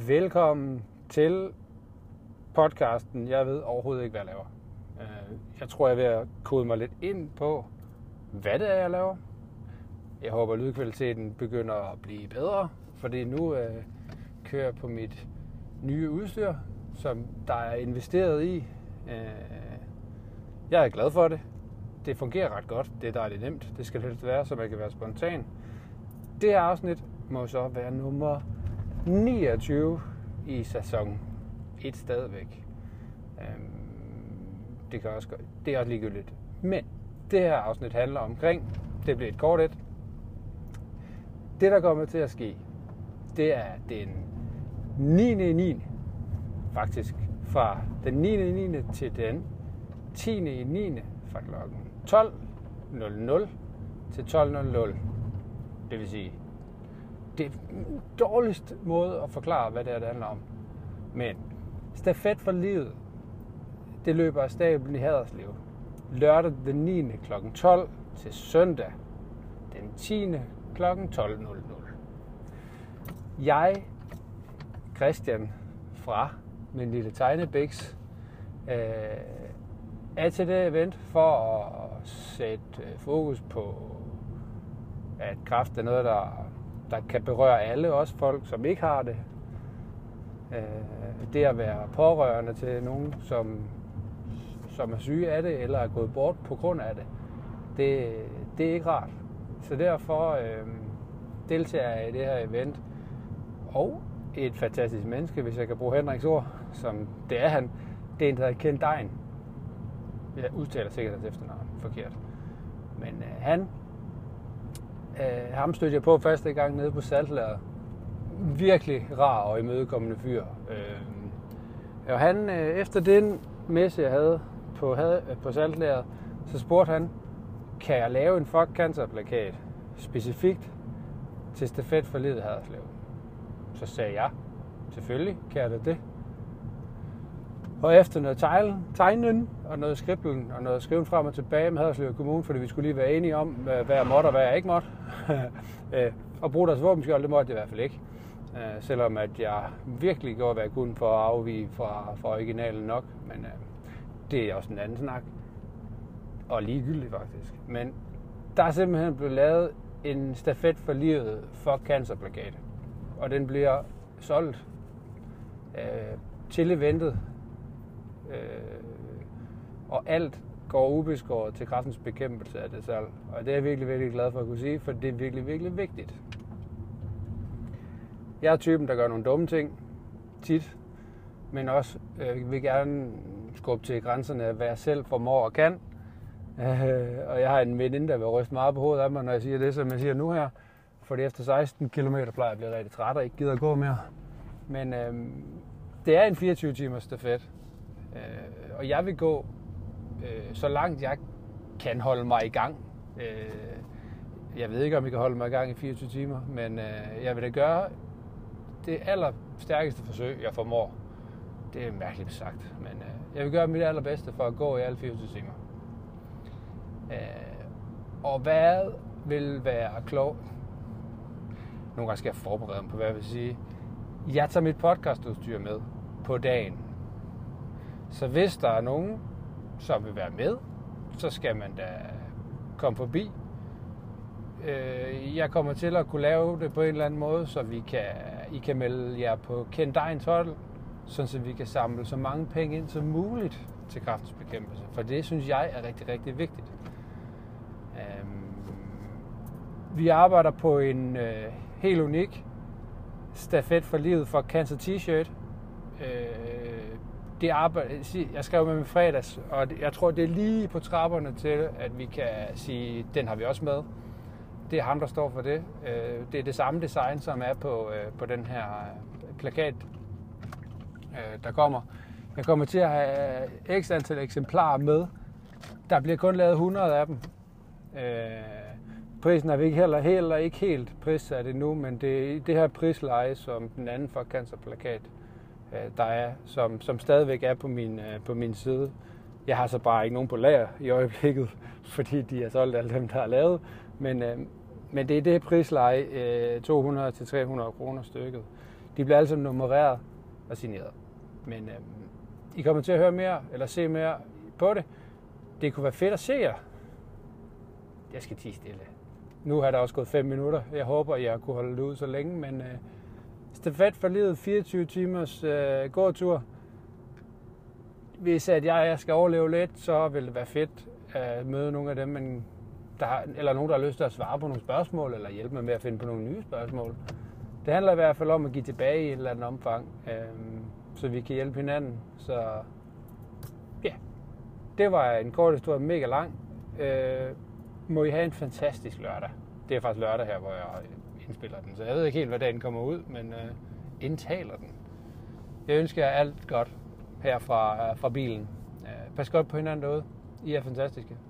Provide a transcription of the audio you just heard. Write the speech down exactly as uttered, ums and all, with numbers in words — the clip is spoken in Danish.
Velkommen til podcasten. Jeg ved overhovedet ikke, hvad jeg laver. Jeg tror, jeg er ved at kode mig lidt ind på, hvad det er, jeg laver. Jeg håber, at lydkvaliteten begynder at blive bedre, fordi nu øh, kører jeg på mit nye udstyr, som der er investeret i. Jeg er glad for det. Det fungerer ret godt. Det er dejligt nemt. Det skal helst være, så man kan være spontan. Det her afsnit må så være nummer niogtyve i sæson et stadigvæk. Det, kan også, det er også ligegyldigt. Men det her afsnit handler omkring, det bliver et kort et. Det, der kommer til at ske, det er den niende niende Faktisk fra den niende niende til den tiende niende fra klokken tolv nul nul til tolv nul nul. Det vil sige, det er den dårligste måde at forklare, hvad det er, det handler om. Men stafet for livet, det løber af stablen i Haderslev. Lørdag den niende klokken tolv til søndag den tiende klokken tolv nul nul. Jeg, Christian fra min lille tegnebiks, øh, er til det event for at sætte fokus på, at kræft er noget, der, der kan berøre alle, også folk, som ikke har det. Øh, det at være pårørende til nogen, som, som er syge af det, eller er gået bort på grund af det, det, det er ikke rart. Så derfor øh, deltager jeg i det her event. Og et fantastisk menneske, hvis jeg kan bruge Henriks ord, som det er han, det er en, der hedder Ken Dein. Jeg udtaler sikkert hans efternavn forkert. Men øh, han, øh, ham stødte jeg på første gang nede på Saltlageret. Virkelig rar og imødekommende fyr. Øh, og han, øh, efter den messe, jeg havde på, havde, på Saltlageret, så spurgte han, kan jeg lave en fuck cancer-plakat specifikt til stafet for livet Haderslev? Så sagde jeg, selvfølgelig kan jeg da det. Og efter noget tegnen og noget skriblen og noget skriven frem og tilbage med Haderslev Kommune, fordi vi skulle lige være enige om, hvad jeg måtte og hvad jeg ikke måtte. Og bruge deres våbenskjold, det måtte jeg i hvert fald ikke. Selvom at jeg virkelig gjorde, hvad jeg kunne for at afvige fra, fra originalen nok. Men det er også en anden snak. Og ligegyldigt faktisk. Men der er simpelthen blevet lavet en stafet for livet for cancerplakat. Og den bliver solgt øh, til eventet. Øh, og alt går ubeskåret til kræftens bekæmpelse af det salg. Og det er jeg virkelig, virkelig glad for at kunne sige, for det er virkelig, virkelig vigtigt. Jeg er typen, der gør nogle dumme ting tit, men også øh, vil gerne skubbe til grænserne af, hvad jeg selv formår og kan. Øh, og jeg har en veninde, der vil ryste meget på hovedet af mig, når jeg siger det, som jeg siger nu her. Fordi efter seksten kilometer plejer jeg at blive rigtig træt og ikke gider at gå mere. Men øh, det er en fireogtyve timers stafet. Øh, og jeg vil gå øh, så langt jeg kan holde mig i gang. Øh, jeg ved ikke, om jeg kan holde mig i gang i fireogtyve timer, men øh, jeg vil da gøre det allerstærkeste forsøg, jeg formår. Det er mærkeligt sagt, men øh, jeg vil gøre mit allerbedste for at gå i alle fireogtyve timer. Øh, og hvad vil være klogt? Nogle gange skal jeg forberede mig på, hvad jeg vil sige. Jeg tager mit podcastudstyr med på dagen. Så hvis der er nogen, som vil være med, så skal man da komme forbi. Jeg kommer til at kunne lave det på en eller anden måde, så vi kan, I kan melde jer på Ken Deins hold, så vi kan samle så mange penge ind som muligt til kræftens bekæmpelse. For det synes jeg er rigtig, rigtig vigtigt. Vi arbejder på en øh, helt unik stafet for livet for Cancer T-shirt. Øh, det arbejde, jeg skrev med min fredags, og jeg tror, det er lige på trapperne til, at vi kan sige, den har vi også med. Det er ham, der står for det. Øh, det er det samme design, som er på, øh, på den her plakat, øh, der kommer. Jeg kommer til at have x antal eksemplarer med. Der bliver kun lavet hundrede af dem. Øh, Prisen er vi ikke heller, heller ikke helt prissat endnu, men det er det her prisleje, som den anden for cancerplakat, der er, som, som stadigvæk er på min, på min side. Jeg har så bare ikke nogen på lager i øjeblikket, fordi de har solgt alle dem, der er lavet. Men, men det er det prisleje, to hundrede til tre hundrede kroner stykket. De bliver alle sammen nummereret og signeret. Men øh, I kommer til at høre mere, eller se mere på det. Det kunne være fedt at se jer. Jeg skal tie stille. Nu har der også gået fem minutter. Jeg håber, jeg kunne holde det ud så længe, men øh, stafet for livet, fireogtyve timers øh, gåtur. Hvis at jeg, jeg skal overleve lidt, så vil det være fedt at møde nogle af dem, men der har, eller nogen, der har lyst til at svare på nogle spørgsmål, eller hjælpe mig med at finde på nogle nye spørgsmål. Det handler i hvert fald om at give tilbage i et eller andet omfang, øh, så vi kan hjælpe hinanden. Så ja, det var en kort historie, mega lang. Øh, må I have en fantastisk lørdag. Det er faktisk lørdag her, hvor jeg indspiller den, så jeg ved ikke helt, hvordan den kommer ud, men øh, indtaler den. Jeg ønsker jer alt godt her fra, fra bilen. Øh, pas godt på hinanden derude. I er fantastiske.